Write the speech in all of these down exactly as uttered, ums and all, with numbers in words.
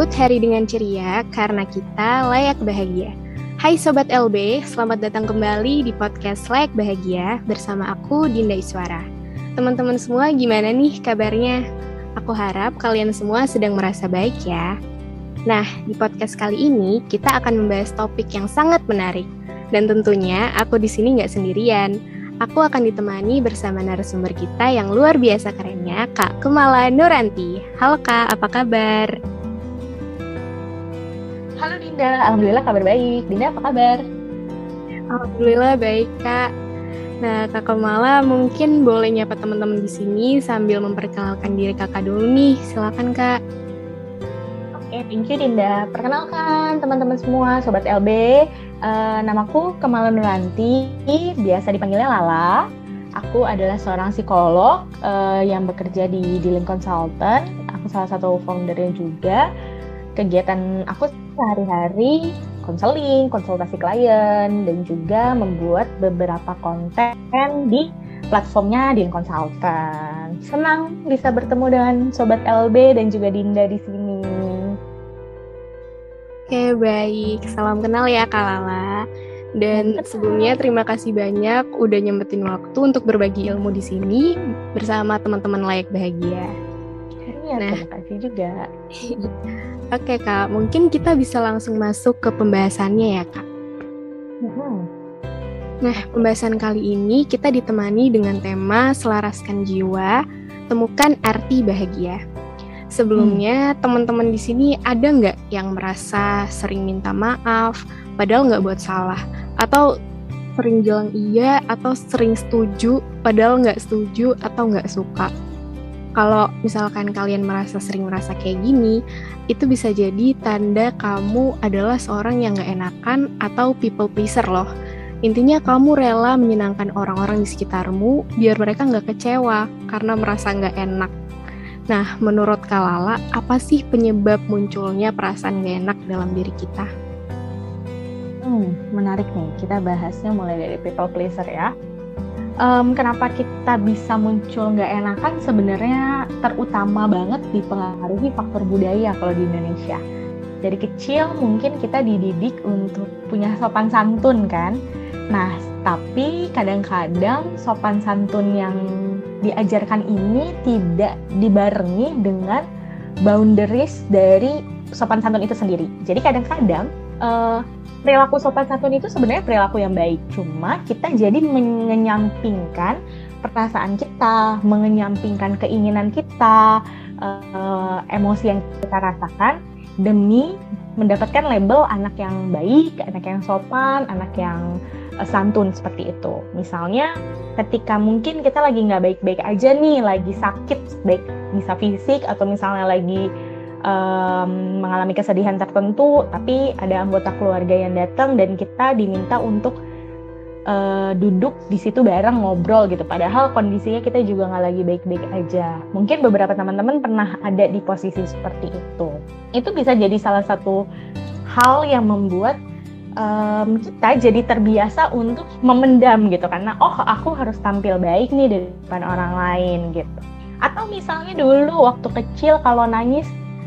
Sambut hari dengan ceria karena kita layak bahagia. Hai Sobat L B, selamat datang kembali di podcast Layak Bahagia bersama aku Dinda Iswara. Teman-teman semua gimana nih kabarnya? Aku harap kalian semua sedang merasa baik ya. Nah, di podcast kali ini kita akan membahas topik yang sangat menarik. Dan tentunya aku di sini nggak sendirian. Aku akan ditemani bersama narasumber kita yang luar biasa kerennya, Kak Kemala Nuranti. Halo Kak, apa kabar? Halo Dinda, alhamdulillah kabar baik. Dinda apa kabar? Alhamdulillah baik Kak. Nah, Kak Kemala mungkin boleh nyapa teman-teman di sini sambil memperkenalkan diri Kakak dulu nih. Silakan Kak. Oke, thank you Dinda. Perkenalkan teman-teman semua, Sobat L B. Uh, namaku Kemala Nuranti, biasa dipanggilnya Lala. Aku adalah seorang psikolog uh, yang bekerja di Dealing Consultant. Aku salah satu foundernya juga. Kegiatan aku sehari-hari konseling, konsultasi klien, dan juga membuat beberapa konten di platformnya Dealing Consultant. Senang bisa bertemu dengan Sobat L B dan juga Dinda di sini. Oke, baik. Salam kenal ya Kak Lala. Dan sebelumnya terima kasih banyak udah nyempetin waktu untuk berbagi ilmu di sini bersama teman-teman Layak Bahagia. Iya, nah, terima kasih juga. Oke Kak, mungkin kita bisa langsung masuk ke pembahasannya ya Kak. Mm-hmm. Nah, pembahasan kali ini kita ditemani dengan tema Selaraskan Jiwa, Temukan Arti Bahagia. Sebelumnya, hmm. teman-teman di sini ada nggak yang merasa sering minta maaf, padahal nggak buat salah? Atau sering bilang iya, atau sering setuju, padahal nggak setuju, atau nggak suka? Kalau misalkan kalian merasa sering merasa kayak gini, itu bisa jadi tanda kamu adalah seorang yang nggak enakan atau people pleaser loh. Intinya kamu rela menyenangkan orang-orang di sekitarmu biar mereka nggak kecewa karena merasa nggak enak. Nah, menurut Kak Lala, apa sih penyebab munculnya perasaan gak enak dalam diri kita? Hmm, menarik nih, kita bahasnya mulai dari people pleaser ya. Um, kenapa kita bisa muncul gak enakan sebenarnya terutama banget dipengaruhi faktor budaya kalau di Indonesia. Dari kecil mungkin kita dididik untuk punya sopan santun kan. Nah, tapi kadang-kadang sopan santun yang diajarkan ini tidak dibarengi dengan boundaries dari sopan santun itu sendiri. Jadi kadang-kadang uh, perilaku sopan santun itu sebenarnya perilaku yang baik. Cuma kita jadi menyampingkan perasaan kita, menyampingkan keinginan kita, uh, emosi yang kita rasakan demi mendapatkan label anak yang baik, anak yang sopan, anak yang uh, santun seperti itu. Misalnya ketika mungkin kita lagi nggak baik-baik aja nih, lagi sakit, baik bisa fisik atau misalnya lagi um, mengalami kesedihan tertentu, tapi ada anggota keluarga yang datang dan kita diminta untuk uh, duduk di situ bareng ngobrol gitu. Padahal kondisinya kita juga nggak lagi baik-baik aja. Mungkin beberapa teman-teman pernah ada di posisi seperti itu. Itu bisa jadi salah satu hal yang membuat Um, kita jadi terbiasa untuk memendam gitu karena oh aku harus tampil baik nih di depan orang lain gitu. Atau misalnya dulu waktu kecil kalau nangis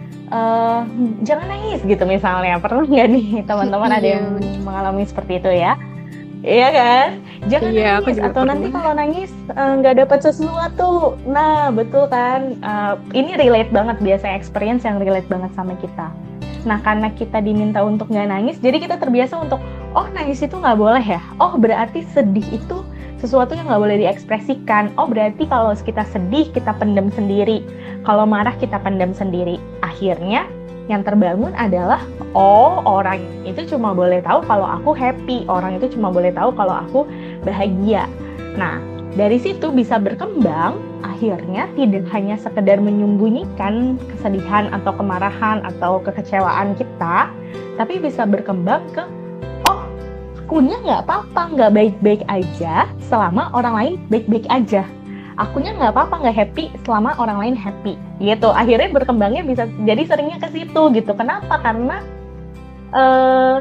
uh, jangan nangis gitu misalnya. Pernah nggak nih teman-teman ada yang mengalami seperti itu ya? Iya kan? Jangan iya, nangis atau pernah. Nanti kalau nangis nggak uh, dapat sesuatu. Nah betul kan? Uh, ini relate banget, biasanya experience yang relate banget sama kita. Nah, karena kita diminta untuk nggak nangis, jadi kita terbiasa untuk, oh nangis itu nggak boleh ya? Oh berarti sedih itu sesuatu yang nggak boleh diekspresikan. Oh berarti kalau kita sedih, kita pendam sendiri. Kalau marah, kita pendam sendiri. Akhirnya, yang terbangun adalah, oh orang itu cuma boleh tahu kalau aku happy. Orang itu cuma boleh tahu kalau aku bahagia. Nah, dari situ bisa berkembang, akhirnya tidak hanya sekedar menyembunyikan kesedihan atau kemarahan atau kekecewaan kita, tapi bisa berkembang ke, oh, akunya nggak apa-apa, nggak baik-baik aja selama orang lain baik-baik aja. Akunya nggak apa-apa, nggak happy selama orang lain happy. Gitu, akhirnya berkembangnya bisa jadi seringnya ke situ gitu. Kenapa? Karena uh,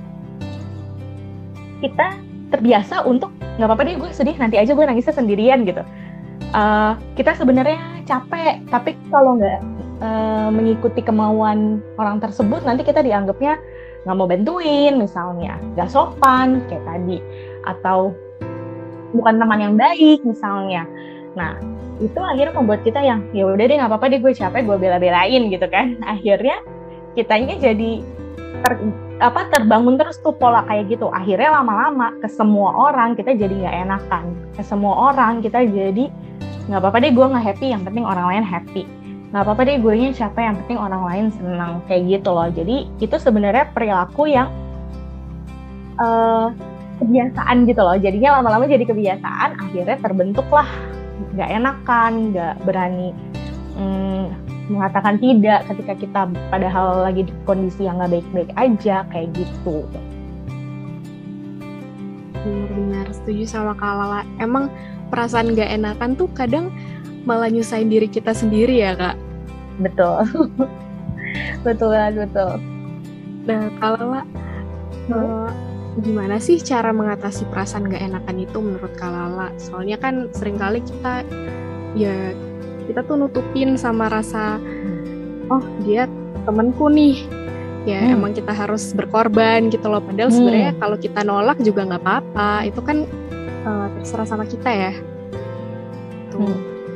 kita terbiasa untuk nggak apa-apa deh gue sedih, nanti aja gue nangisnya sendirian gitu. Uh, kita sebenarnya capek, tapi kalau nggak uh, mengikuti kemauan orang tersebut, nanti kita dianggapnya nggak mau bantuin misalnya, nggak sopan kayak tadi, atau bukan teman yang baik misalnya. Nah itu akhirnya membuat kita yang ya udah deh nggak apa-apa deh, gue capek, gue bela-belain gitu kan. Akhirnya kitanya jadi ter, apa terbangun terus tuh pola kayak gitu. Akhirnya lama-lama ke semua orang kita jadi nggak enakan, ke semua orang kita jadi nggak apa-apa deh gue nggak happy, yang penting orang lain happy. Nggak apa-apa deh gue nya capek, yang penting orang lain senang, kayak gitu loh. Jadi itu sebenarnya perilaku yang uh, kebiasaan gitu loh. Jadinya lama-lama jadi kebiasaan, akhirnya terbentuklah nggak enakan, nggak berani hmm, mengatakan tidak ketika kita padahal lagi di kondisi yang nggak baik-baik aja, kayak gitu. Benar-benar setuju sama Kak Lala. Emang perasaan nggak enakan tuh kadang malah nyusahin diri kita sendiri ya Kak? Betul. Betul banget, betul. Nah Kak Lala, hmm? uh, gimana sih cara mengatasi perasaan nggak enakan itu menurut Kak Lala? Soalnya kan seringkali kita ya kita tuh nutupin sama rasa oh dia temenku nih ya, hmm. emang kita harus berkorban gitu loh. Padahal hmm. sebenarnya kalau kita nolak juga nggak apa-apa, itu kan uh, terserah sama kita ya. Tuh.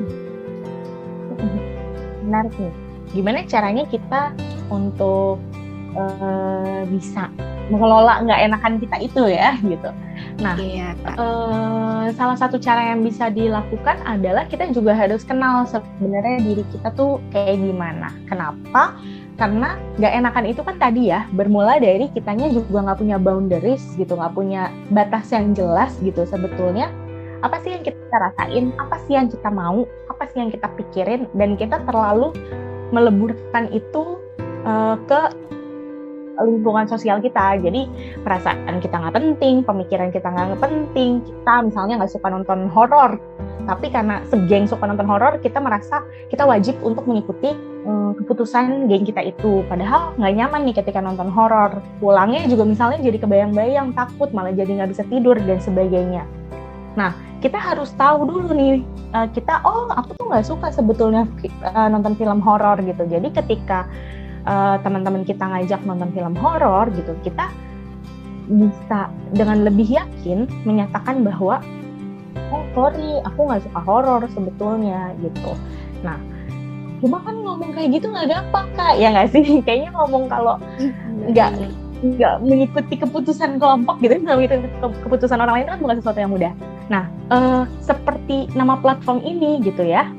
Hmm. Menarik nih. Gimana caranya kita untuk uh, bisa mengelola nggak enakan kita itu ya gitu. Nah, iya, uh, salah satu cara yang bisa dilakukan adalah kita juga harus kenal sebenarnya diri kita tuh kayak gimana. Kenapa? Karena nggak enakan itu kan tadi ya bermula dari kitanya juga nggak punya boundaries gitu, nggak punya batas yang jelas gitu sebetulnya. Apa sih yang kita rasain? Apa sih yang kita mau? Apa sih yang kita pikirin? Dan kita terlalu meleburkan itu uh, ke lingkungan sosial kita. Jadi perasaan kita nggak penting, pemikiran kita nggak penting. Kita misalnya nggak suka nonton horor, tapi karena segeng suka nonton horor, kita merasa kita wajib untuk mengikuti um, keputusan geng kita itu. Padahal nggak nyaman nih ketika nonton horor. Pulangnya juga misalnya jadi kebayang-bayang, takut, malah jadi nggak bisa tidur dan sebagainya. Nah, kita harus tahu dulu nih, uh, kita oh aku tuh nggak suka sebetulnya uh, nonton film horor gitu. Jadi ketika Uh, teman-teman kita ngajak nonton film horor gitu, kita bisa dengan lebih yakin menyatakan bahwa oh sorry, aku nggak suka horor sebetulnya gitu. Nah, cuma kan ngomong kayak gitu nggak gampang Kak, ya nggak sih? Kayaknya ngomong kalau nggak nggak mengikuti keputusan kelompok gitu, nggak mengikuti keputusan orang lain itu kan bukan sesuatu yang mudah. Nah, uh, seperti nama platform ini gitu ya,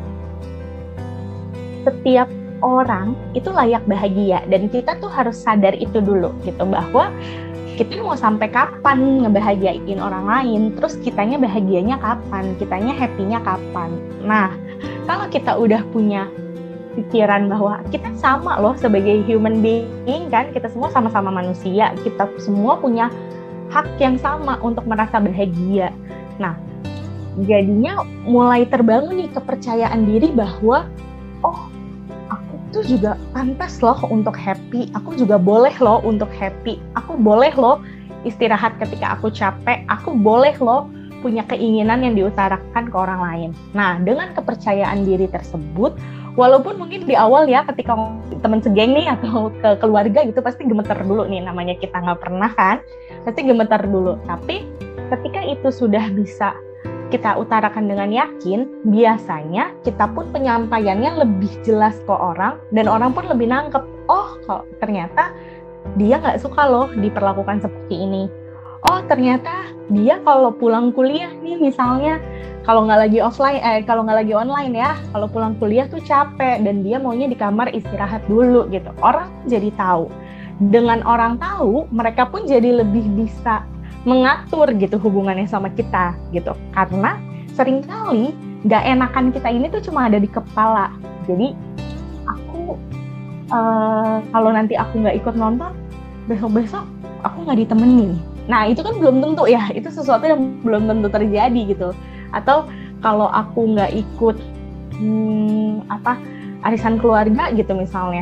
setiap orang itu layak bahagia dan kita tuh harus sadar itu dulu gitu, bahwa kita mau sampai kapan ngebahagiain orang lain, terus kitanya bahagianya kapan, kitanya happy-nya kapan. Nah, kalau kita udah punya pikiran bahwa kita sama loh sebagai human being kan, kita semua sama-sama manusia, kita semua punya hak yang sama untuk merasa bahagia. Nah, jadinya mulai terbangun nih kepercayaan diri bahwa oh itu juga pantas loh untuk happy, aku juga boleh loh untuk happy, aku boleh loh istirahat ketika aku capek, aku boleh loh punya keinginan yang diutarakan ke orang lain. Nah, dengan kepercayaan diri tersebut, walaupun mungkin di awal ya ketika teman segeng nih atau ke keluarga gitu pasti gemeter dulu nih, namanya kita nggak pernah kan, pasti gemeter dulu. Tapi ketika itu sudah bisa kita utarakan dengan yakin, biasanya kita pun penyampaiannya lebih jelas ke orang, dan orang pun lebih nangkep, oh kok ternyata dia nggak suka loh diperlakukan seperti ini. Oh ternyata dia kalau pulang kuliah nih misalnya, kalau nggak lagi offline, eh kalau nggak lagi online ya, kalau pulang kuliah tuh capek dan dia maunya di kamar istirahat dulu gitu. Orang jadi tahu. Dengan orang tahu, mereka pun jadi lebih bisa mengatur gitu hubungannya sama kita gitu, karena seringkali nggak enakan kita ini tuh cuma ada di kepala. Jadi aku uh, kalau nanti aku nggak ikut nonton, besok-besok aku nggak ditemenin. Nah itu kan belum tentu ya, itu sesuatu yang belum tentu terjadi gitu. Atau kalau aku nggak ikut hmm, apa arisan keluarga gitu misalnya,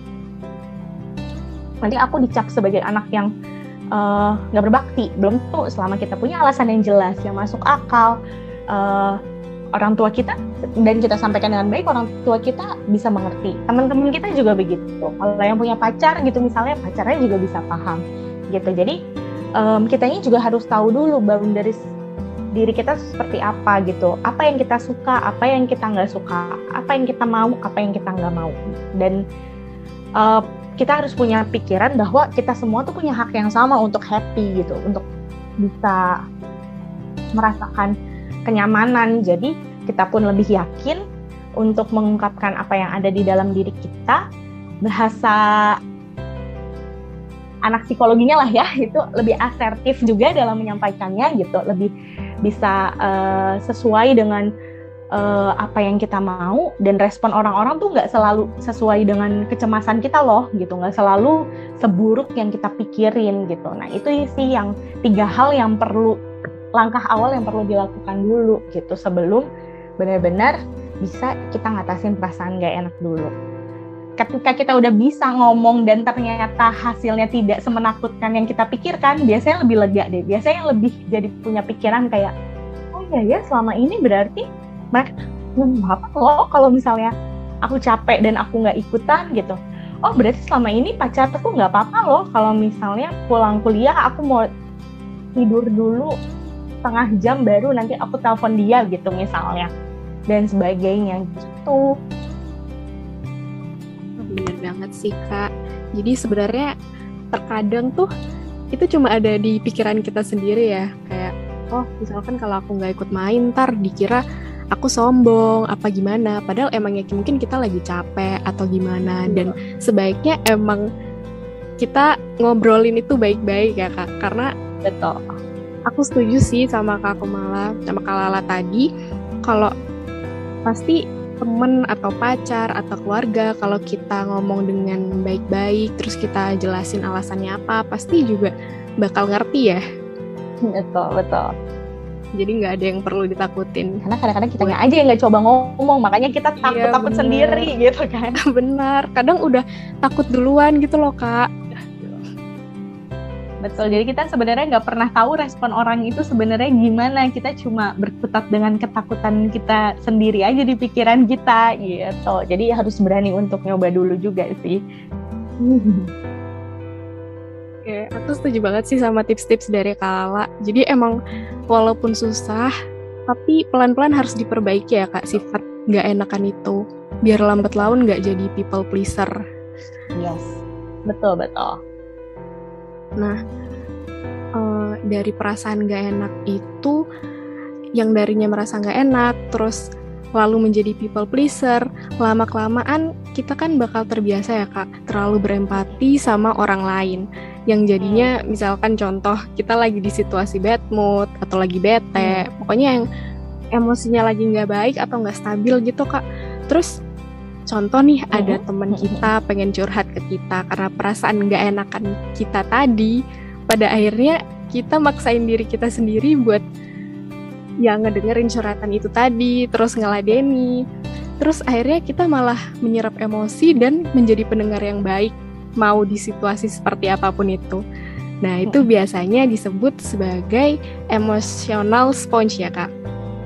nanti aku dicap sebagai anak yang nggak uh, berbakti. Belum tentu, selama kita punya alasan yang jelas yang masuk akal, uh, orang tua kita dan kita sampaikan dengan baik, orang tua kita bisa mengerti. Teman-teman kita juga begitu. Kalau yang punya pacar gitu misalnya, pacarnya juga bisa paham gitu. Jadi um, kitanya juga harus tahu dulu boundaries diri kita seperti apa gitu. Apa yang kita suka, apa yang kita nggak suka, apa yang kita mau, apa yang kita nggak mau. Dan uh, kita harus punya pikiran bahwa kita semua tuh punya hak yang sama untuk happy gitu, untuk bisa merasakan kenyamanan. Jadi kita pun lebih yakin untuk mengungkapkan apa yang ada di dalam diri kita. Bahasa anak psikologinya lah ya, itu lebih asertif juga dalam menyampaikannya gitu, lebih bisa uh, sesuai dengan uh, apa yang kita mau, dan respon orang-orang tuh nggak selalu sesuai dengan kecemasan kita loh gitu, nggak selalu seburuk yang kita pikirin gitu. Nah itu sih yang tiga hal yang perlu, langkah awal yang perlu dilakukan dulu gitu sebelum benar-benar bisa kita ngatasin perasaan nggak enak dulu. Ketika kita udah bisa ngomong dan ternyata hasilnya tidak semenakutkan yang kita pikirkan, biasanya lebih lega deh. Biasanya lebih jadi punya pikiran kayak, oh iya ya selama ini berarti mereka nggak apa loh kalau misalnya aku capek dan aku nggak ikutan gitu. Oh berarti selama ini pacarku nggak apa-apa loh kalau misalnya pulang kuliah aku mau tidur dulu setengah jam baru nanti aku telepon dia gitu misalnya, dan sebagainya gitu. Bener banget sih Kak. Jadi sebenarnya terkadang tuh itu cuma ada di pikiran kita sendiri ya. Kayak, oh misalkan kalau aku gak ikut main ntar dikira aku sombong apa gimana. Padahal emang ya mungkin kita lagi capek atau gimana. Dan sebaiknya emang kita ngobrolin itu baik-baik ya Kak. Karena betul, aku setuju sih sama Kak Kumala, sama Kak Lala tadi. Kalau pasti temen atau pacar atau keluarga, kalau kita ngomong dengan baik-baik terus kita jelasin alasannya apa, pasti juga bakal ngerti ya. Betul, betul. Jadi nggak ada yang perlu ditakutin. Karena kadang-kadang kitanya aja yang nggak coba ngomong, makanya kita takut-takut iya, sendiri gitu kan. Benar, kadang udah takut duluan gitu loh Kak. Betul, jadi kita sebenarnya nggak pernah tahu respon orang itu sebenarnya gimana. Kita cuma berkutat dengan ketakutan kita sendiri aja di pikiran kita gitu. Jadi harus berani untuk nyoba dulu juga sih. Oke, aku setuju banget sih sama tips-tips dari Kak Lala. Jadi emang walaupun susah, tapi pelan-pelan harus diperbaiki ya Kak, sifat nggak enakan itu. Biar lambat laun nggak jadi people pleaser. Yes, betul-betul. Nah, uh, dari perasaan gak enak itu, yang darinya merasa gak enak, terus lalu menjadi people pleaser, lama-kelamaan kita kan bakal terbiasa ya Kak, terlalu berempati sama orang lain. Yang jadinya misalkan contoh, kita lagi di situasi bad mood, atau lagi bete, pokoknya yang emosinya lagi gak baik atau gak stabil gitu Kak. Terus contoh nih, ada teman kita pengen curhat ke kita karena perasaan gak enakan kita tadi. Pada akhirnya kita maksain diri kita sendiri buat ya ngedengerin curhatan itu tadi, terus ngeladeni. Terus akhirnya kita malah menyerap emosi dan menjadi pendengar yang baik, mau di situasi seperti apapun itu. Nah itu biasanya disebut sebagai emotional sponge ya Kak.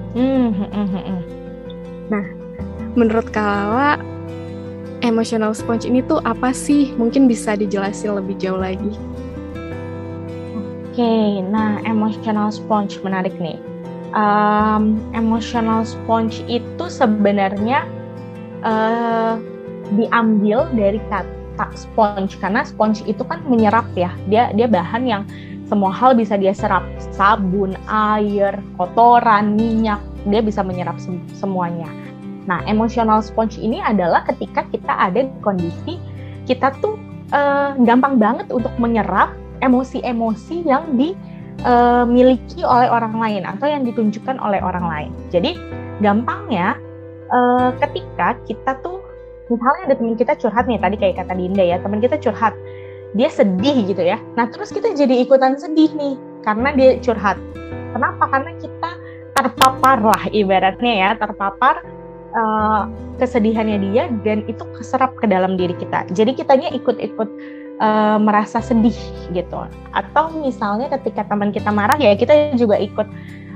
Nah menurut Kak Lala, emotional sponge ini tuh apa sih? Mungkin bisa dijelasin lebih jauh lagi. Oke, okay, nah emotional sponge menarik nih. Um, emotional sponge itu sebenarnya uh, diambil dari kata sponge, karena sponge itu kan menyerap ya. Dia dia bahan yang semua hal bisa dia serap, sabun, air, kotoran, minyak, dia bisa menyerap sem- semuanya. Nah, emotional sponge ini adalah ketika kita ada di kondisi kita tuh uh, gampang banget untuk menyerap emosi-emosi yang dimiliki uh, oleh orang lain atau yang ditunjukkan oleh orang lain. Jadi, gampangnya uh, ketika kita tuh, misalnya ada teman kita curhat nih, tadi kayak kata Dinda ya, teman kita curhat, dia sedih gitu ya. Nah, terus kita jadi ikutan sedih nih, karena dia curhat. Kenapa? Karena kita terpapar lah ibaratnya ya, terpapar Uh, kesedihannya dia, dan itu keserap ke dalam diri kita. Jadi kitanya ikut-ikut uh, merasa sedih gitu. Atau misalnya ketika teman kita marah ya kita juga ikut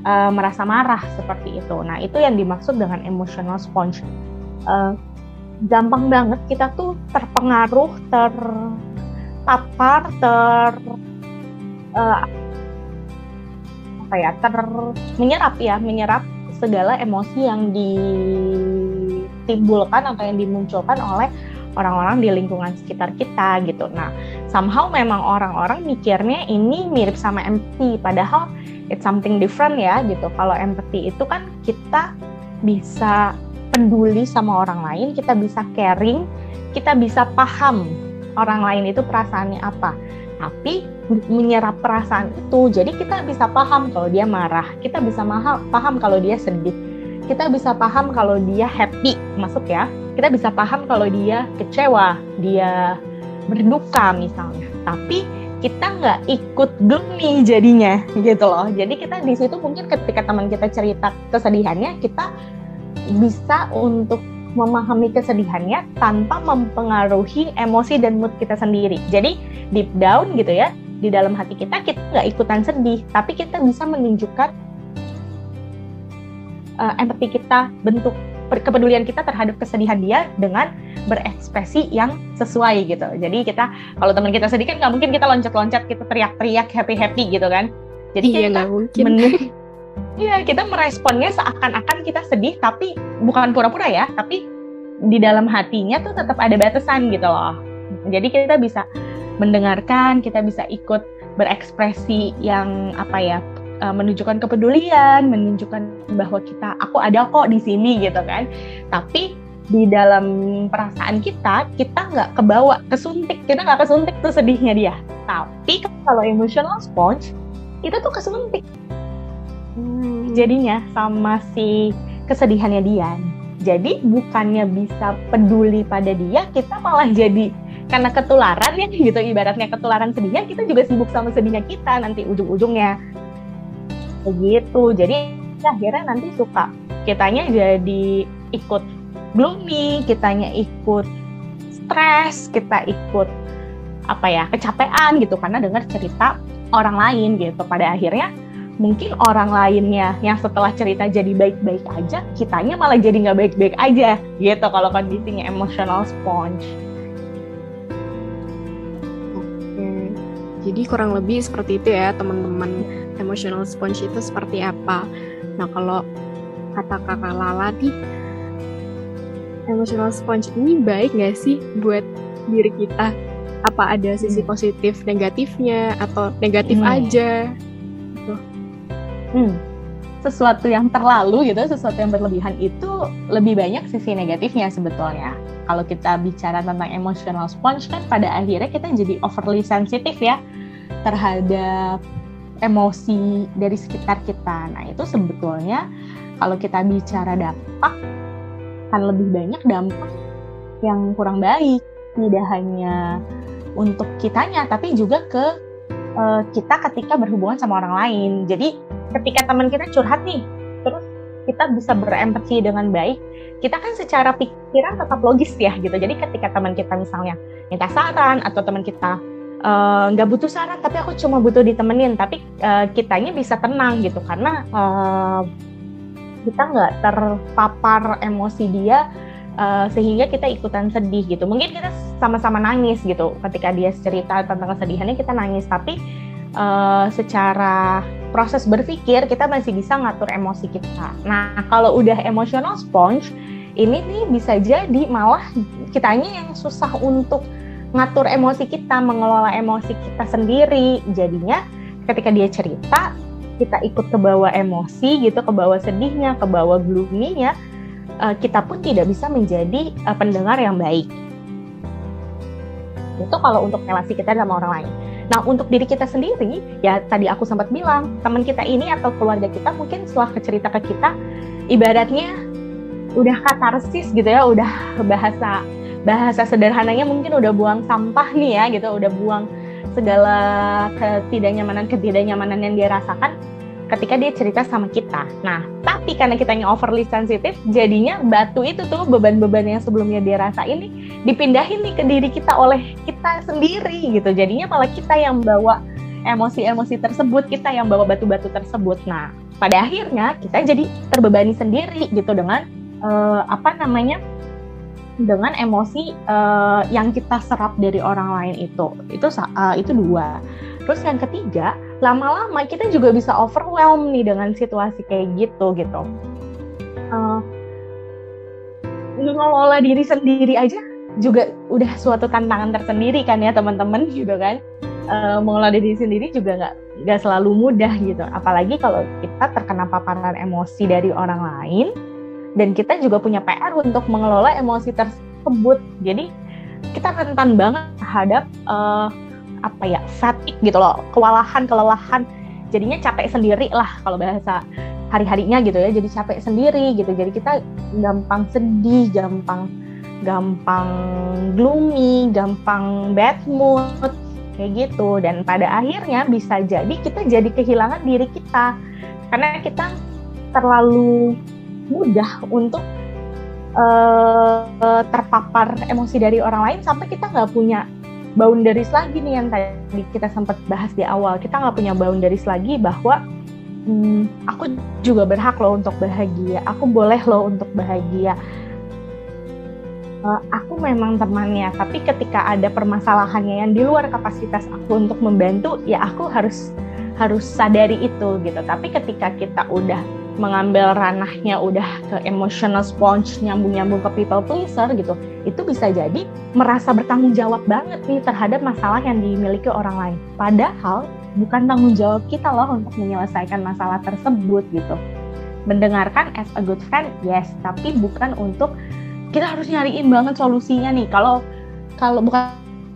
uh, merasa marah seperti itu. Nah, itu yang dimaksud dengan emotional sponge. Uh, gampang banget kita tuh terpengaruh, terpapar, ter uh, apa ya, ter menyerap ya, menyerap segala emosi yang ditimbulkan atau yang dimunculkan oleh orang-orang di lingkungan sekitar kita gitu. Nah, somehow memang orang-orang mikirnya ini mirip sama empathy, padahal it's something different ya gitu. Kalau empathy itu kan kita bisa peduli sama orang lain, kita bisa caring, kita bisa paham orang lain itu perasaannya apa. Tapi menyerap perasaan itu, jadi kita bisa paham kalau dia marah, kita bisa paham kalau dia sedih, kita bisa paham kalau dia happy, masuk ya. Kita bisa paham kalau dia kecewa, dia berduka misalnya. Tapi kita nggak ikut gloomy jadinya gitu loh. Jadi kita di situ mungkin ketika teman kita cerita kesedihannya, kita bisa untuk memahami kesedihannya tanpa mempengaruhi emosi dan mood kita sendiri. Jadi deep down gitu ya, di dalam hati kita, kita nggak ikutan sedih, tapi kita bisa menunjukkan uh, empati kita, bentuk kepedulian kita terhadap kesedihan dia dengan berekspresi yang sesuai gitu. Jadi kita, kalau teman kita sedih kan nggak mungkin kita loncat-loncat, kita teriak-teriak, happy-happy gitu kan. Jadi iya, kita mungkin. Men- Iya, kita meresponnya seakan-akan kita sedih, tapi bukan pura-pura ya, tapi di dalam hatinya tuh tetap ada batasan gitu loh. Jadi kita bisa mendengarkan, kita bisa ikut berekspresi yang apa ya, menunjukkan kepedulian, menunjukkan bahwa kita, aku ada kok di sini gitu kan. Tapi di dalam perasaan kita, kita nggak kebawa, kesuntik, kita nggak kesuntik tuh sedihnya dia. Tapi kalau emotional sponge, itu tuh kesuntik. Hmm, jadinya sama si kesedihannya dia. Jadi bukannya bisa peduli pada dia, kita malah jadi karena ketularan ya gitu, ibaratnya ketularan sedihnya, kita juga sibuk sama sedihnya kita nanti ujung-ujungnya. Begitu. Jadi akhirnya nanti suka kitanya jadi ikut gloomy, kitanya ikut stres, kita ikut apa ya, kecapean gitu karena dengar cerita orang lain gitu. Pada akhirnya mungkin orang lainnya yang setelah cerita jadi baik-baik aja, kitanya malah jadi nggak baik-baik aja gitu kalau kondisinya emotional sponge. Oke, jadi kurang lebih seperti itu ya teman-teman, emotional sponge itu seperti apa. Nah kalau kata kakak Lala nih, emotional sponge ini baik nggak sih buat diri kita? Apa ada sisi hmm. positif negatifnya atau negatif hmm. aja? Gitu. Hmm, sesuatu yang terlalu gitu, sesuatu yang berlebihan itu lebih banyak sisi negatifnya sebetulnya. Kalau kita bicara tentang emotional sponge kan pada akhirnya kita jadi overly sensitif ya terhadap emosi dari sekitar kita. Nah itu sebetulnya kalau kita bicara dampak, kan lebih banyak dampak yang kurang baik. Tidak hanya untuk kitanya, tapi juga ke uh, kita ketika berhubungan sama orang lain. Jadi ketika teman kita curhat nih, terus kita bisa berempati dengan baik, kita kan secara pikiran tetap logis ya gitu. Jadi ketika teman kita misalnya minta saran, atau teman kita nggak uh, butuh saran, tapi aku cuma butuh ditemenin, tapi uh, kitanya bisa tenang gitu, karena uh, kita nggak terpapar emosi dia, uh, sehingga kita ikutan sedih gitu. Mungkin kita sama-sama nangis gitu, ketika dia cerita tentang kesedihannya kita nangis, tapi Uh, secara proses berpikir kita masih bisa ngatur emosi kita. Nah kalau udah emotional sponge ini nih bisa jadi malah kitanya yang susah untuk ngatur emosi kita, mengelola emosi kita sendiri. Jadinya ketika dia cerita kita ikut ke bawah emosi gitu, ke bawah sedihnya, ke bawah gloomy-nya, uh, kita pun tidak bisa menjadi uh, pendengar yang baik. Itu kalau untuk relasi kita sama orang lain. Nah untuk diri kita sendiri, ya tadi aku sempat bilang, teman kita ini atau keluarga kita mungkin setelah cerita ke kita, ibaratnya udah katarsis gitu ya, udah bahasa bahasa sederhananya mungkin udah buang sampah nih ya gitu, udah buang segala ketidaknyamanan ketidaknyamanan yang dia rasakan ketika dia cerita sama kita. Nah tapi karena kitanya overly sensitif, jadinya batu itu tuh, beban-beban yang sebelumnya dia rasain nih dipindahin nih ke diri kita oleh kita sendiri gitu. Jadinya malah kita yang bawa emosi-emosi tersebut, kita yang bawa batu-batu tersebut. Nah pada akhirnya kita jadi terbebani sendiri gitu dengan uh, apa namanya dengan emosi uh, yang kita serap dari orang lain itu itu uh, itu dua. Terus yang ketiga, lama-lama kita juga bisa overwhelm nih dengan situasi kayak gitu gitu. Uh, mengelola diri sendiri aja juga udah suatu tantangan tersendiri kan ya teman-teman gitu kan. Uh, mengelola diri sendiri juga nggak nggak selalu mudah gitu. Apalagi kalau kita terkena paparan emosi dari orang lain. Dan kita juga punya P R untuk mengelola emosi tersebut. Jadi kita rentan banget terhadap uh, apa ya fatigue gitu loh, kewalahan, kelelahan. Jadinya capek sendiri lah kalau bahasa hari-harinya gitu ya. Jadi capek sendiri gitu. Jadi kita gampang sedih, gampang gampang gloomy, gampang bad mood kayak gitu. Dan pada akhirnya bisa jadi kita jadi kehilangan diri kita karena kita terlalu mudah untuk uh, uh, terpapar emosi dari orang lain sampai kita nggak punya boundaries lagi nih yang tadi kita sempat bahas di awal. Kita nggak punya boundaries lagi bahwa hmm, aku juga berhak loh untuk bahagia, aku boleh loh untuk bahagia. Uh, aku memang temannya, tapi ketika ada permasalahannya yang di luar kapasitas aku untuk membantu, ya aku harus harus sadari itu gitu. Tapi ketika kita udah mengambil ranahnya udah ke emotional sponge, nyambung-nyambung ke people pleaser gitu, itu bisa jadi merasa bertanggung jawab banget nih terhadap masalah yang dimiliki orang lain. Padahal bukan tanggung jawab kita loh untuk menyelesaikan masalah tersebut gitu. Mendengarkan as a good friend, yes, tapi bukan untuk kita harus nyariin banget solusinya nih. Kalau kalau bukan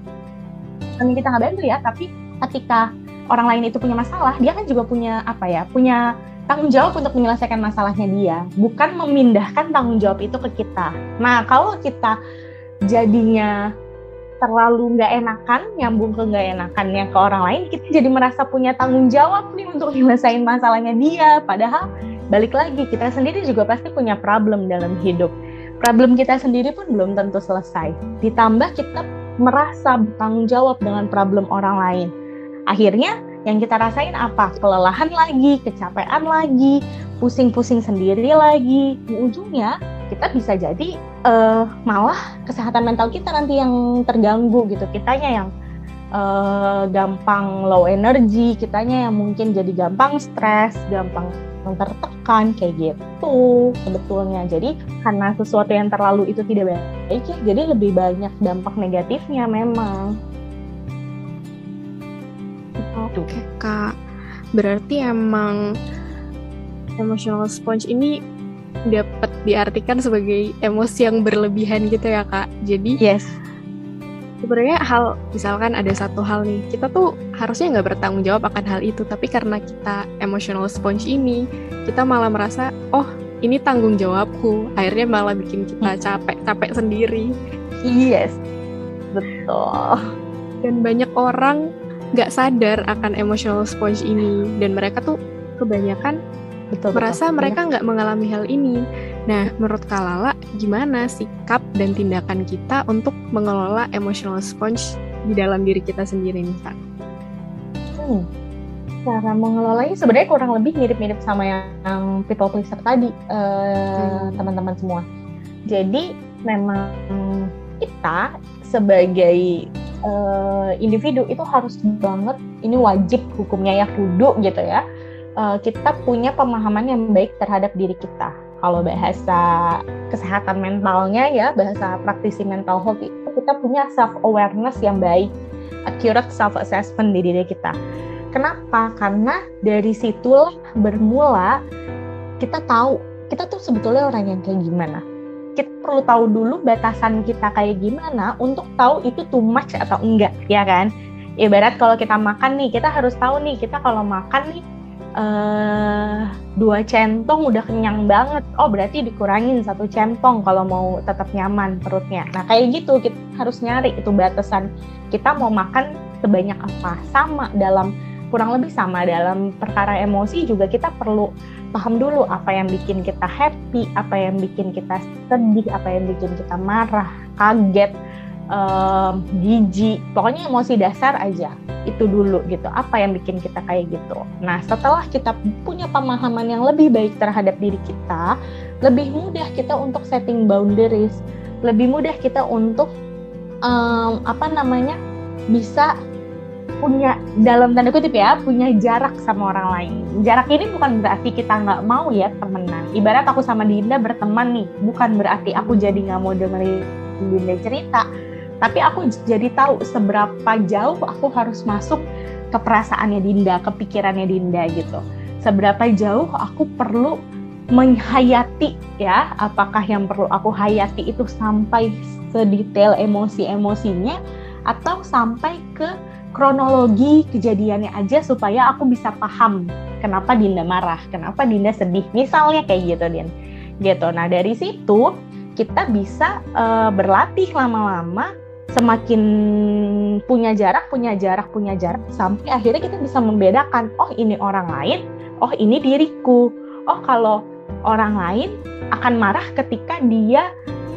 kita nggak bantu ya, tapi ketika orang lain itu punya masalah, dia kan juga punya apa ya, punya tanggung jawab untuk menyelesaikan masalahnya dia, bukan memindahkan tanggung jawab itu ke kita. Nah, kalau kita jadinya terlalu nggak enakan, nyambung ke nggak enakannya ke orang lain, kita jadi merasa punya tanggung jawab nih untuk menyelesaikan masalahnya dia. Padahal balik lagi, kita sendiri juga pasti punya problem dalam hidup. Problem kita sendiri pun belum tentu selesai. Ditambah kita merasa bertanggung jawab dengan problem orang lain. Akhirnya yang kita rasain apa? Kelelahan lagi, kecapean lagi, pusing-pusing sendiri lagi. Di ujungnya kita bisa jadi uh, malah kesehatan mental kita nanti yang terganggu gitu. Kitanya yang uh, gampang low energy, kitanya yang mungkin jadi gampang stres, gampang tertekan kayak gitu sebetulnya. Jadi karena sesuatu yang terlalu itu tidak baik ya, jadi lebih banyak dampak negatifnya memang. Oke Kak, berarti emang emotional sponge ini dapat diartikan sebagai emosi yang berlebihan gitu ya Kak. Jadi yes, sebenarnya hal, misalkan ada satu hal nih, kita tuh harusnya nggak bertanggung jawab akan hal itu, tapi karena kita emotional sponge ini, kita malah merasa, oh ini tanggung jawabku, akhirnya malah bikin kita capek-capek sendiri. Yes, betul. Dan banyak orang nggak sadar akan emotional sponge ini, dan mereka tuh kebanyakan betul, merasa betul. mereka nggak mengalami hal ini. Nah, menurut Kak Lala, gimana sikap dan tindakan kita untuk mengelola emotional sponge di dalam diri kita sendiri nih, Kak? Hmm. Cara mengelolanya sebenarnya kurang lebih mirip-mirip sama yang people pleaser tadi, uh, hmm. teman-teman semua. Jadi, memang kita sebagai uh, individu itu harus banget, ini wajib hukumnya ya, kudu gitu ya, uh, kita punya pemahaman yang baik terhadap diri kita. Kalau bahasa kesehatan mentalnya ya, bahasa praktisi mental health itu kita punya self-awareness yang baik, accurate self-assessment di diri kita. Kenapa? Karena dari situlah bermula kita tahu, kita tuh sebetulnya orang yang kayak gimana. Kita perlu tahu dulu batasan kita kayak gimana untuk tahu itu too much atau enggak, ya kan? Ibarat kalau kita makan nih, kita harus tahu nih, kita kalau makan nih, Uh, dua centong udah kenyang banget, oh berarti dikurangin satu centong kalau mau tetap nyaman perutnya. Nah kayak gitu, kita harus nyari itu batasan kita mau makan sebanyak apa. Sama dalam, kurang lebih sama dalam perkara emosi juga, kita perlu paham dulu apa yang bikin kita happy, apa yang bikin kita sedih, apa yang bikin kita marah, kaget, um, jijik, pokoknya emosi dasar aja itu dulu gitu. Apa yang bikin kita kayak gitu? Nah, setelah kita punya pemahaman yang lebih baik terhadap diri kita, lebih mudah kita untuk setting boundaries, lebih mudah kita untuk um, apa namanya bisa punya, dalam tanda kutip ya, punya jarak sama orang lain. Jarak ini bukan berarti kita nggak mau ya temenan. Ibarat aku sama Dinda berteman nih, bukan berarti aku jadi nggak mau dengerin Dinda cerita, tapi aku jadi tahu seberapa jauh aku harus masuk ke perasaannya Dinda, ke pikirannya Dinda gitu. Seberapa jauh aku perlu menghayati ya, apakah yang perlu aku hayati itu sampai sedetail emosi-emosinya, atau sampai ke kronologi kejadiannya aja supaya aku bisa paham kenapa Dinda marah, kenapa Dinda sedih, misalnya kayak gitu Din. Gitu. Nah, dari situ kita bisa uh, berlatih lama-lama, semakin punya jarak, punya jarak, punya jarak, sampai akhirnya kita bisa membedakan, oh ini orang lain, oh ini diriku. Oh kalau orang lain akan marah ketika dia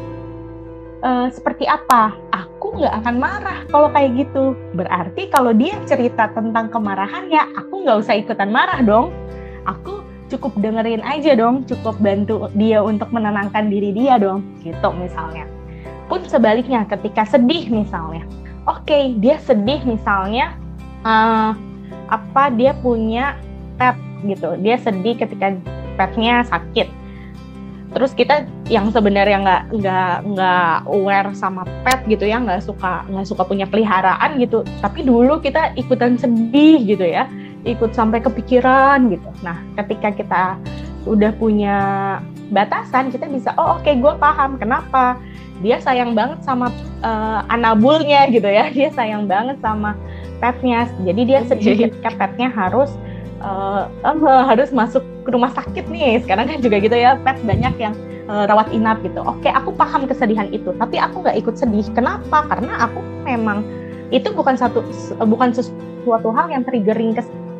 uh, seperti apa, aku nggak akan marah kalau kayak gitu. Berarti kalau dia cerita tentang kemarahannya, aku nggak usah ikutan marah dong. Aku cukup dengerin aja dong, cukup bantu dia untuk menenangkan diri dia dong, gitu misalnya. Pun sebaliknya, ketika sedih misalnya, oke okay, dia sedih misalnya, uh, apa dia punya pet gitu, dia sedih ketika petnya sakit. Terus kita yang sebenarnya nggak nggak nggak aware sama pet gitu ya, nggak suka nggak suka punya peliharaan gitu, tapi dulu kita ikutan sedih gitu ya, ikut sampai kepikiran gitu. Nah, ketika kita udah punya batasan, kita bisa, oh oke okay, gue paham kenapa dia sayang banget sama uh, anabulnya gitu ya, dia sayang banget sama petnya, jadi dia sedih ketika petnya harus Uh, uh, harus masuk ke rumah sakit nih. Sekarang kan juga gitu ya, pet banyak yang uh, rawat inap gitu. Oke, aku paham kesedihan itu, tapi aku nggak ikut sedih. Kenapa? Karena aku memang itu bukan satu bukan sesuatu hal yang triggering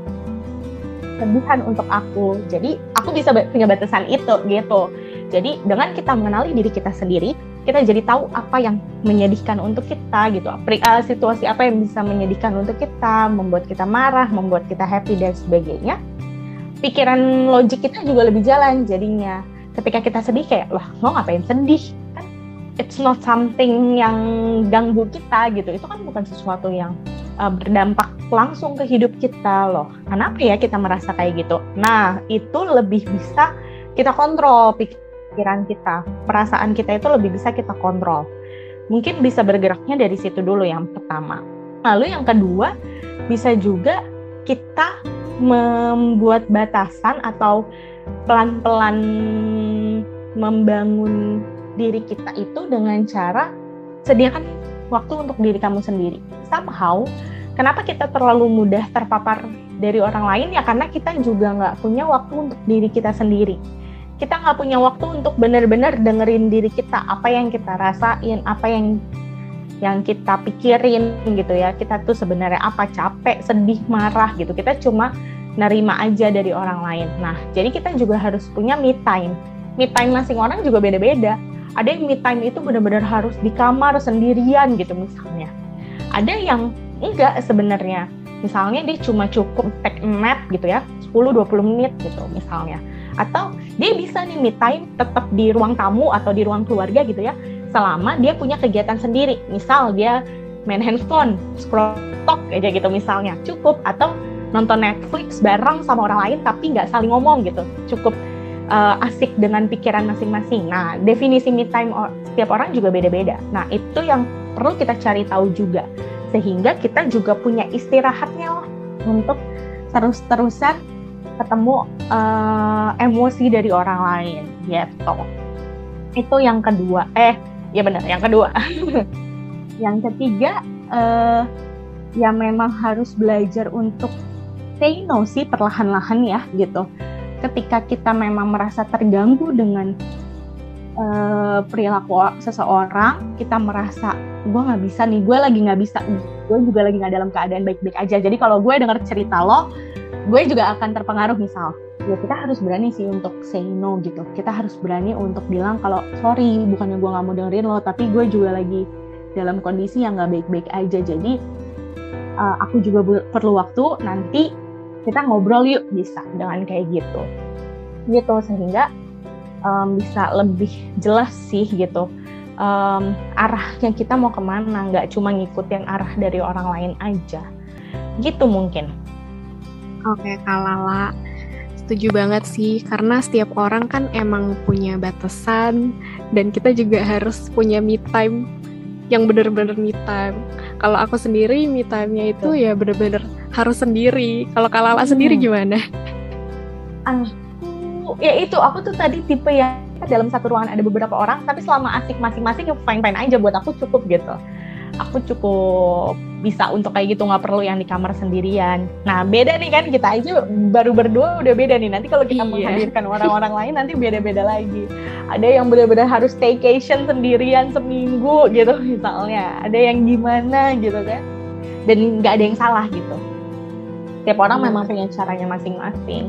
kesedihan untuk aku. Jadi aku bisa punya batasan itu gitu. Jadi dengan kita mengenali diri kita sendiri, kita jadi tahu apa yang menyedihkan untuk kita gitu, uh, situasi apa yang bisa menyedihkan untuk kita, membuat kita marah, membuat kita happy dan sebagainya. Pikiran logik kita juga lebih jalan jadinya. Ketika kita sedih kayak, wah lo ngapain sedih? Kan it's not something yang ganggu kita gitu. Itu kan bukan sesuatu yang uh, berdampak langsung ke hidup kita loh. Kenapa ya kita merasa kayak gitu? Nah, itu lebih bisa kita kontrol pikir pikiran kita, perasaan kita itu lebih bisa kita kontrol. Mungkin bisa bergeraknya dari situ dulu yang pertama. Lalu yang kedua, bisa juga kita membuat batasan atau pelan-pelan membangun diri kita itu dengan cara sediakan waktu untuk diri kamu sendiri. Somehow, kenapa kita terlalu mudah terpapar dari orang lain? Ya karena kita juga nggak punya waktu untuk diri kita sendiri. Kita nggak punya waktu untuk benar-benar dengerin diri kita, apa yang kita rasain, apa yang yang kita pikirin gitu ya. Kita tuh sebenarnya apa, capek, sedih, marah gitu. Kita cuma nerima aja dari orang lain. Nah, jadi kita juga harus punya me time. Me time masing orang juga beda-beda. Ada yang me time itu benar-benar harus di kamar sendirian gitu misalnya. Ada yang enggak sebenarnya. Misalnya dia cuma cukup take a nap gitu ya, sepuluh sampai dua puluh menit gitu misalnya. Atau dia bisa nih me time tetap di ruang tamu atau di ruang keluarga gitu ya, selama dia punya kegiatan sendiri. Misal dia main handphone, scroll TikTok aja gitu misalnya, cukup. Atau nonton Netflix bareng sama orang lain tapi nggak saling ngomong gitu, cukup uh, asik dengan pikiran masing-masing. Nah, definisi me time setiap orang juga beda-beda. Nah, itu yang perlu kita cari tahu juga, sehingga kita juga punya istirahatnya lah untuk terus-terusan ketemu uh, emosi dari orang lain gitu. Itu yang kedua. Eh, ya benar, yang kedua. Yang ketiga, uh, ya memang harus belajar untuk say no sih perlahan-lahan ya gitu. Ketika kita memang merasa terganggu dengan uh, perilaku seseorang, kita merasa gue nggak bisa nih, gue lagi nggak bisa, gue juga lagi nggak dalam keadaan baik-baik aja. Jadi kalau gue dengar cerita lo, gue juga akan terpengaruh misal. Ya kita harus berani sih untuk say no gitu. Kita harus berani untuk bilang kalau sorry, bukannya gue nggak mau dengerin lo, tapi gue juga lagi dalam kondisi yang nggak baik-baik aja. Jadi uh, aku juga bu- perlu waktu, nanti kita ngobrol yuk, bisa dengan kayak gitu. Gitu, sehingga um, bisa lebih jelas sih gitu. Um, arahnya kita mau kemana, nggak cuma ngikutin arah dari orang lain aja. Gitu mungkin. Oke, Kak Lala. Setuju banget sih, karena setiap orang kan emang punya batasan, dan kita juga harus punya me time yang benar-benar me time. Kalau aku sendiri, me time-nya itu ya benar-benar harus sendiri. Kalau Kak Lala hmm. sendiri gimana? Aku, ya itu, aku tuh tadi tipe yang dalam satu ruangan ada beberapa orang, tapi selama asik masing-masing ya fine-fine aja, buat aku cukup gitu. Aku cukup bisa untuk kayak gitu, nggak perlu yang di kamar sendirian. Nah beda nih kan, kita aja baru berdua udah beda nih. Nanti kalau kita iya. menghadirkan orang-orang lain nanti beda-beda lagi. Ada yang benar-benar harus staycation sendirian seminggu gitu misalnya. Ada yang gimana gitu kan. Dan nggak ada yang salah gitu. Tiap orang hmm. memang punya caranya masing-masing.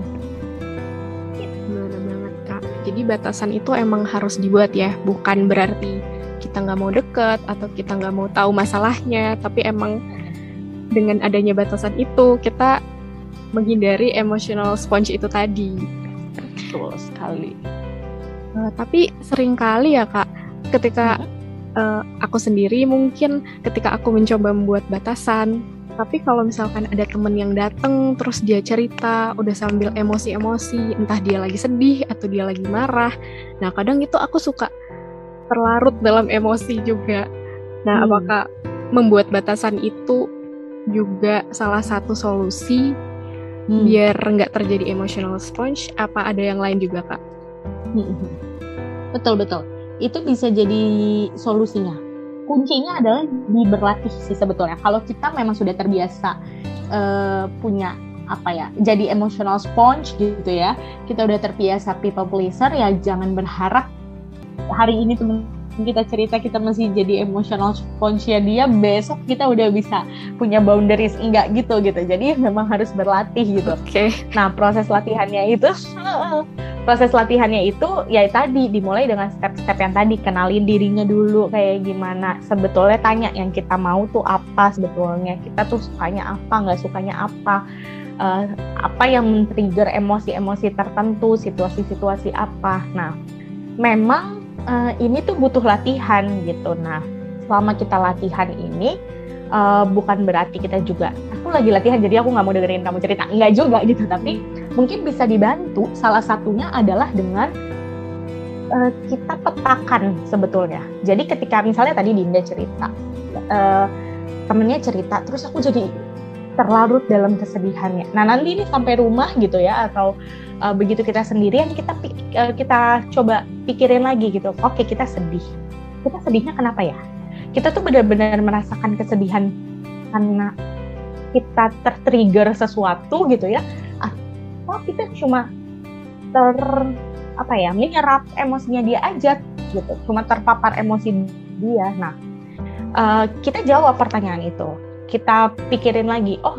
Benar banget Kak. Jadi batasan itu emang harus dibuat ya. Bukan berarti kita nggak mau deket atau kita nggak mau tahu masalahnya, tapi emang dengan adanya batasan itu kita menghindari emotional sponge itu tadi. Betul sekali. Uh, tapi sering kali ya Kak, ketika hmm. uh, aku sendiri mungkin ketika aku mencoba membuat batasan, tapi kalau misalkan ada temen yang dateng terus dia cerita udah sambil emosi-emosi, entah dia lagi sedih atau dia lagi marah, nah kadang itu aku suka terlarut dalam emosi juga. Nah, hmm. apakah membuat batasan itu juga salah satu solusi hmm. biar nggak terjadi emotional sponge? Apa ada yang lain juga, Kak? Betul, betul. Itu bisa jadi solusinya. Kuncinya adalah di berlatih sih sebetulnya. Kalau kita memang sudah terbiasa uh, punya apa ya, jadi emotional sponge gitu ya, kita udah terbiasa people pleaser, ya jangan berharap hari ini temen kita cerita kita masih jadi emotional sponge-nya dia, besok kita udah bisa punya boundaries, enggak gitu gitu. Jadi memang harus berlatih gitu. Oke. Okay. Nah, proses latihannya itu proses latihannya itu ya tadi dimulai dengan step-step yang tadi, kenalin dirinya dulu kayak gimana. Sebetulnya tanya yang kita mau tuh apa sebetulnya. Kita tuh sukanya apa, enggak sukanya apa. Uh, apa yang men-trigger emosi-emosi tertentu, situasi-situasi apa. Nah, memang Uh, ini tuh butuh latihan gitu. Nah, selama kita latihan ini uh, bukan berarti kita juga aku lagi latihan jadi aku nggak mau dengerin kamu cerita, enggak juga gitu. Tapi mungkin bisa dibantu. Salah satunya adalah dengan uh, kita petakan sebetulnya. Jadi ketika misalnya tadi Dinda cerita, uh, temennya cerita, terus aku jadi terlarut dalam kesedihannya. Nah nanti ini sampai rumah gitu ya, atau uh, begitu kita sendirian, kita uh, kita coba pikirin lagi gitu. Oke, kita sedih. Kita sedihnya kenapa ya? Kita tuh benar-benar merasakan kesedihan karena kita tertrigger sesuatu gitu ya. Atau kita cuma ter apa ya, menyerap emosinya dia aja gitu. Cuma terpapar emosi dia. Nah, uh, kita jawab pertanyaan itu. Kita pikirin lagi, oh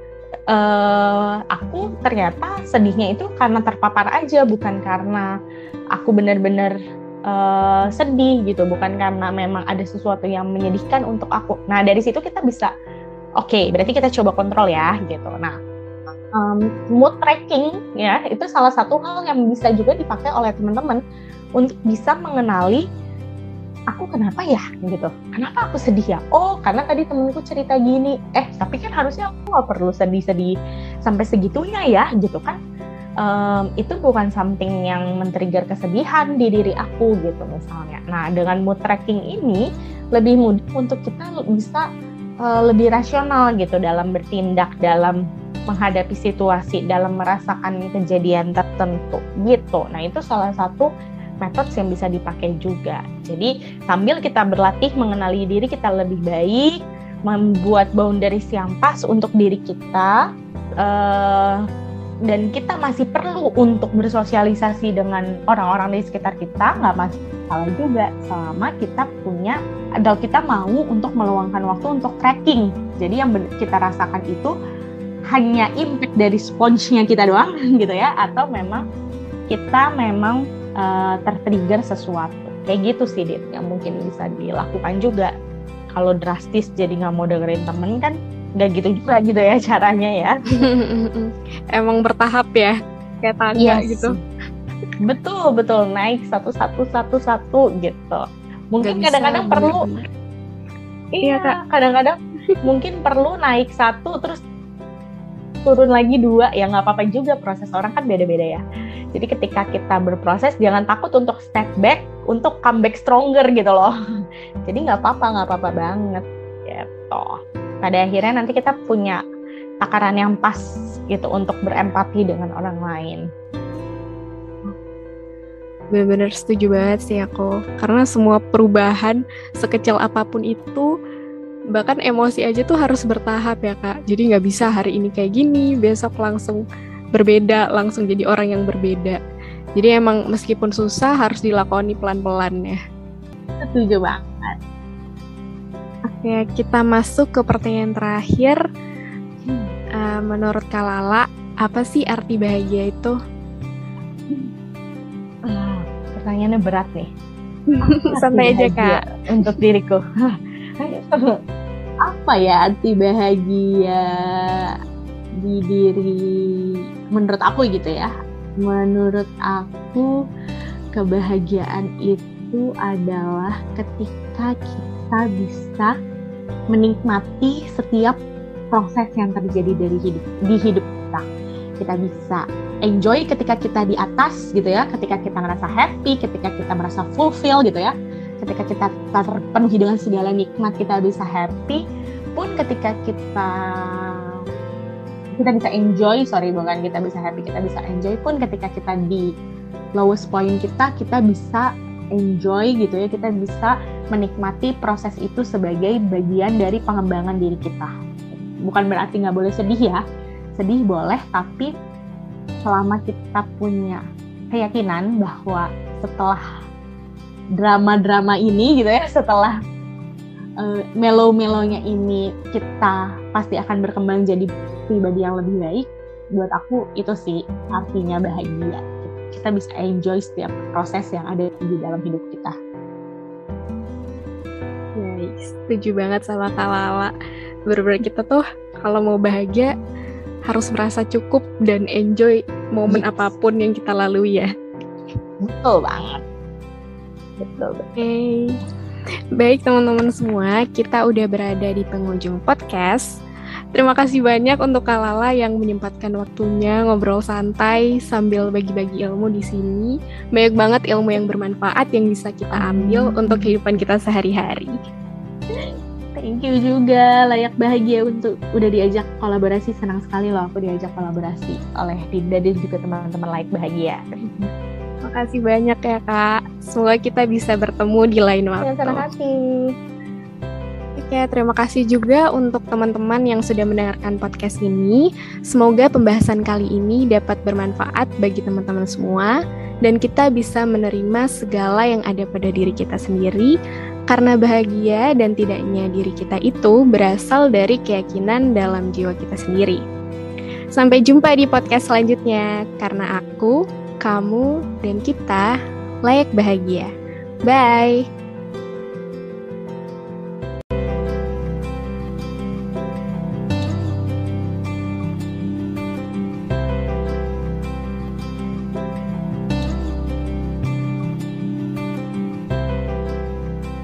uh, aku ternyata sedihnya itu karena terpapar aja, bukan karena aku benar-benar uh, sedih gitu, bukan karena memang ada sesuatu yang menyedihkan untuk aku. Nah dari situ kita bisa, oke okay, berarti kita coba kontrol ya gitu. Nah um, mood tracking ya itu salah satu hal yang bisa juga dipakai oleh teman-teman untuk bisa mengenali aku kenapa ya gitu, kenapa aku sedih ya, oh karena tadi temenku cerita gini, eh tapi kan harusnya aku gak perlu sedih-sedih sampai segitunya ya gitu kan. Um, itu bukan something yang men-trigger kesedihan di diri aku gitu misalnya. Nah dengan mood tracking ini lebih mudah untuk kita bisa uh, lebih rasional gitu dalam bertindak, dalam menghadapi situasi, dalam merasakan kejadian tertentu gitu. Nah itu salah satu metode yang bisa dipakai juga. Jadi sambil kita berlatih mengenali diri kita lebih baik, membuat boundaries yang pas untuk diri kita, uh, dan kita masih perlu untuk bersosialisasi dengan orang-orang di sekitar kita, nggak masalah juga selama kita punya atau kita mau untuk meluangkan waktu untuk tracking. Jadi yang kita rasakan itu hanya impact dari sponge-nya kita doang gitu ya, atau memang kita memang uh, tertrigger sesuatu. Kayak gitu sih, Dit, yang mungkin bisa dilakukan juga. kalau drastis jadi nggak mau dengerin temen kan nggak gitu juga gitu ya caranya ya. Emang bertahap ya, kayak tangga yes. gitu. Betul betul naik satu satu satu satu gitu. Mungkin kadang-kadang perlu, iya kak. Kadang-kadang mungkin perlu naik satu terus turun lagi dua, ya nggak apa-apa juga, proses orang kan beda-beda ya. Jadi ketika kita berproses jangan takut untuk step back, untuk comeback stronger gitu loh. Jadi nggak apa-apa, nggak apa-apa banget gitu. Pada akhirnya nanti kita punya takaran yang pas gitu untuk berempati dengan orang lain. Benar-benar setuju banget sih aku. Karena semua perubahan sekecil apapun itu, bahkan emosi aja tuh harus bertahap ya kak. Jadi nggak bisa hari ini kayak gini, besok langsung berbeda, langsung jadi orang yang berbeda. Jadi emang meskipun susah harus dilakoni pelan-pelan ya. Setuju banget. Oke, kita masuk ke pertanyaan terakhir. Hmm. Uh, menurut Kak Lala, apa sih arti bahagia itu? Uh, pertanyaannya berat nih. Santai aja kak. Untuk diriku. Apa ya arti bahagia di diri menurut aku gitu ya? Menurut aku kebahagiaan itu adalah ketika kita bisa menikmati setiap proses yang terjadi dari hidup di hidup kita. Kita bisa enjoy ketika kita di atas gitu ya, ketika kita ngerasa happy, ketika kita merasa fulfill gitu ya, ketika kita terpenuhi dengan segala nikmat kita bisa happy, pun ketika kita kita bisa enjoy, sorry bukan kita bisa happy, kita bisa enjoy pun ketika kita di lowest point kita, kita bisa enjoy gitu ya, kita bisa menikmati proses itu sebagai bagian dari pengembangan diri kita. Bukan berarti nggak boleh sedih ya, sedih boleh, tapi selama kita punya keyakinan bahwa setelah drama-drama ini gitu ya, setelah uh, melo-melonya ini kita pasti akan berkembang jadi pribadi yang lebih baik. Buat aku itu sih artinya bahagia. Kita bisa enjoy setiap proses yang ada di dalam hidup kita. Ya, setuju banget sama Kak Lala. Bener-bener kita tuh kalau mau bahagia harus merasa cukup dan enjoy momen yes. apapun yang kita lalui ya. Betul banget. Betul. Oke. Okay. Baik teman-teman semua, kita udah berada di penghujung podcast. Terima kasih banyak untuk Kak Lala yang menyempatkan waktunya ngobrol santai sambil bagi-bagi ilmu di sini. Banyak banget ilmu yang bermanfaat yang bisa kita ambil hmm. untuk kehidupan kita sehari-hari. Thank you juga, layak bahagia untuk udah diajak kolaborasi. Senang sekali loh aku diajak kolaborasi oleh Dinda dan juga teman-teman layak bahagia. Terima kasih banyak ya Kak. Semoga kita bisa bertemu di lain waktu. Dengan senang hati. Oke, terima kasih juga untuk teman-teman yang sudah mendengarkan podcast ini. Semoga pembahasan kali ini dapat bermanfaat bagi teman-teman semua dan kita bisa menerima segala yang ada pada diri kita sendiri, karena bahagia dan tidaknya diri kita itu berasal dari keyakinan dalam jiwa kita sendiri. Sampai jumpa di podcast selanjutnya, karena aku, kamu, dan kita layak bahagia. Bye!